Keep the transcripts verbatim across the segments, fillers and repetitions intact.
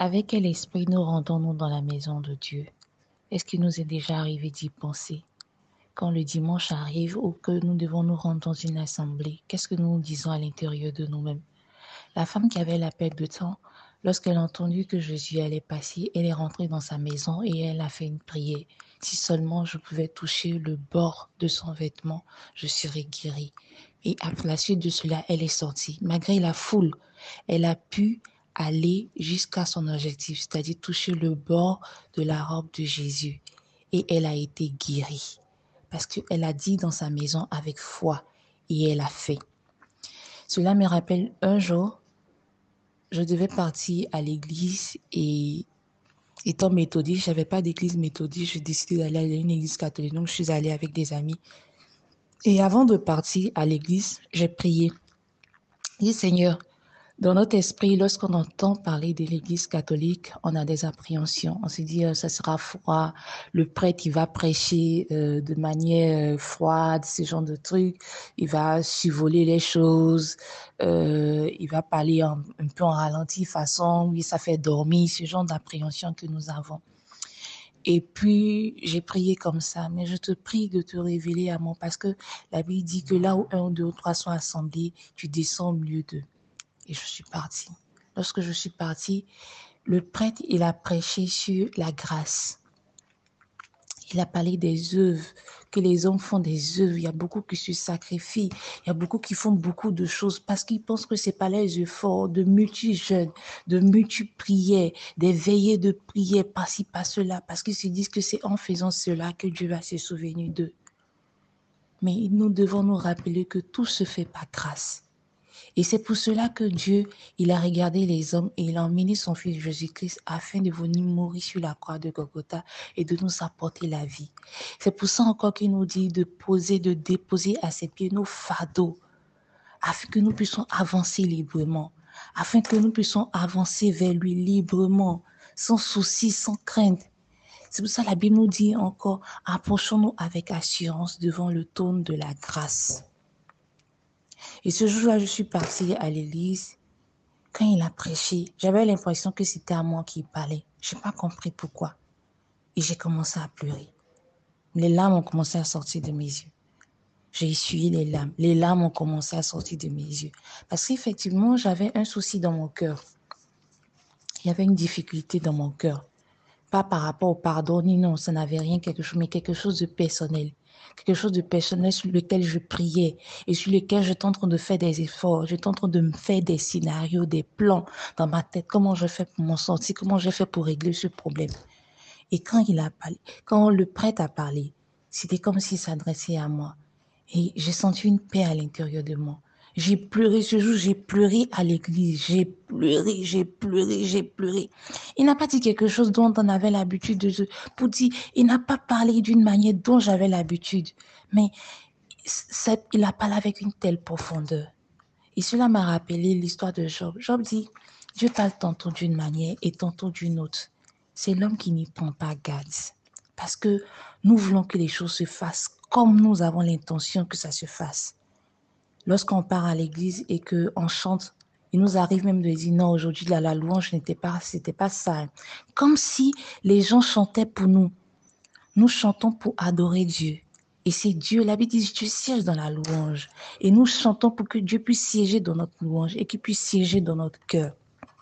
Avec quel esprit nous rendons-nous dans la maison de Dieu? Est-ce qu'il nous est déjà arrivé d'y penser? Quand le dimanche arrive ou que nous devons nous rendre dans une assemblée, qu'est-ce que nous disons à l'intérieur de nous-mêmes? La femme qui avait la perte de temps, lorsqu'elle a entendu que Jésus allait passer, elle est rentrée dans sa maison et elle a fait une prière. Si seulement je pouvais toucher le bord de son vêtement, je serais guérie. Et à la suite de cela, elle est sortie. Malgré la foule, elle a pu aller jusqu'à son objectif, c'est-à-dire toucher le bord de la robe de Jésus. Et elle a été guérie. Parce qu'elle a dit dans sa maison avec foi et elle a fait. Cela me rappelle un jour, je devais partir à l'église et étant méthodiste, je n'avais pas d'église méthodiste, j'ai décidé d'aller à une église catholique, donc je suis allée avec des amis. Et avant de partir à l'église, j'ai prié. J'ai dit, Seigneur, dans notre esprit, lorsqu'on entend parler de l'église catholique, on a des appréhensions. On se dit, euh, ça sera froid, le prêtre, il va prêcher euh, de manière euh, froide, ce genre de trucs. Il va survoler les choses, euh, il va parler en, un peu en ralenti, façon, oui, ça fait dormir, ce genre d'appréhension que nous avons. Et puis, j'ai prié comme ça, mais je te prie de te révéler à moi, parce que la Bible dit que là où un, deux ou trois sont assemblés, tu descends au milieu d'eux. Et je suis partie. Lorsque je suis partie, le prêtre, il a prêché sur la grâce. Il a parlé des œuvres, que les hommes font des œuvres. Il y a beaucoup qui se sacrifient. Il y a beaucoup qui font beaucoup de choses parce qu'ils pensent que ce n'est pas les efforts de multi-jeûnes, de multi-prières, des veillées de prière par-ci, par-cela, parce qu'ils se disent que c'est en faisant cela que Dieu va se souvenir d'eux. Mais nous devons nous rappeler que tout se fait par grâce. Et c'est pour cela que Dieu, il a regardé les hommes et il a emmené son fils Jésus-Christ afin de venir mourir sur la croix de Golgotha et de nous apporter la vie. C'est pour ça encore qu'il nous dit de poser, de déposer à ses pieds nos fardeaux afin que nous puissions avancer librement, afin que nous puissions avancer vers lui librement, sans souci, sans crainte. C'est pour ça que la Bible nous dit encore, approchons-nous avec assurance devant le trône de la grâce. Et ce jour-là, je suis partie à l'église. Quand il a prêché, j'avais l'impression que c'était à moi qu'il parlait. Je n'ai pas compris pourquoi. Et j'ai commencé à pleurer. Les larmes ont commencé à sortir de mes yeux. J'ai essuyé les larmes. Les larmes ont commencé à sortir de mes yeux. Parce qu'effectivement, j'avais un souci dans mon cœur. Il y avait une difficulté dans mon cœur. Pas par rapport au pardon, ni non, ça n'avait rien, quelque chose, mais quelque chose de personnel. Quelque chose de personnel sur lequel je priais et sur lequel j'étais en train de faire des efforts. J'étais en train de me faire des scénarios, des plans dans ma tête. Comment je fais pour m'en sortir? Comment je fais pour régler ce problème? Et quand il a parlé, quand le prêtre a parlé, c'était comme s'il s'adressait à moi. Et j'ai senti une paix à l'intérieur de moi. J'ai pleuré ce jour, j'ai pleuré à l'église, j'ai pleuré, j'ai pleuré, j'ai pleuré. Il n'a pas dit quelque chose dont on avait l'habitude de... Pour dire, il n'a pas parlé d'une manière dont j'avais l'habitude. Mais ça, il a parlé avec une telle profondeur. Et cela m'a rappelé l'histoire de Job. Job dit, Dieu parle tantôt d'une manière et tantôt d'une autre. C'est l'homme qui n'y prend pas garde. Parce que nous voulons que les choses se fassent comme nous avons l'intention que ça se fasse. Lorsqu'on part à l'église et qu'on chante, il nous arrive même de dire non, aujourd'hui, là, la louange n'était pas, c'était pas ça. Comme si les gens chantaient pour nous. Nous chantons pour adorer Dieu. Et c'est Dieu, la Bible dit, Dieu siège dans la louange. Et nous chantons pour que Dieu puisse siéger dans notre louange et qu'il puisse siéger dans notre cœur.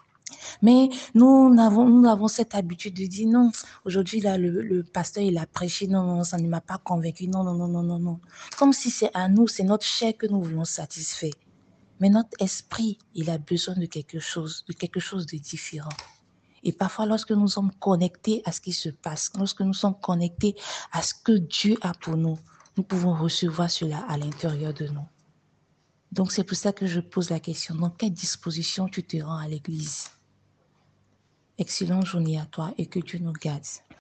Mais nous avons, nous avons cette habitude de dire non, aujourd'hui, là, le, le pasteur, il a prêché, non, non, ça ne m'a pas convaincu, non, non, non, non, non, non. Comme si c'est à nous, c'est notre chair que nous voulons satisfaire. Mais notre esprit, il a besoin de quelque chose, de quelque chose de différent. Et parfois, lorsque nous sommes connectés à ce qui se passe, lorsque nous sommes connectés à ce que Dieu a pour nous, nous pouvons recevoir cela à l'intérieur de nous. Donc, c'est pour ça que je pose la question, dans quelle disposition tu te rends à l'église? Excellente journée à toi et que Dieu nous garde.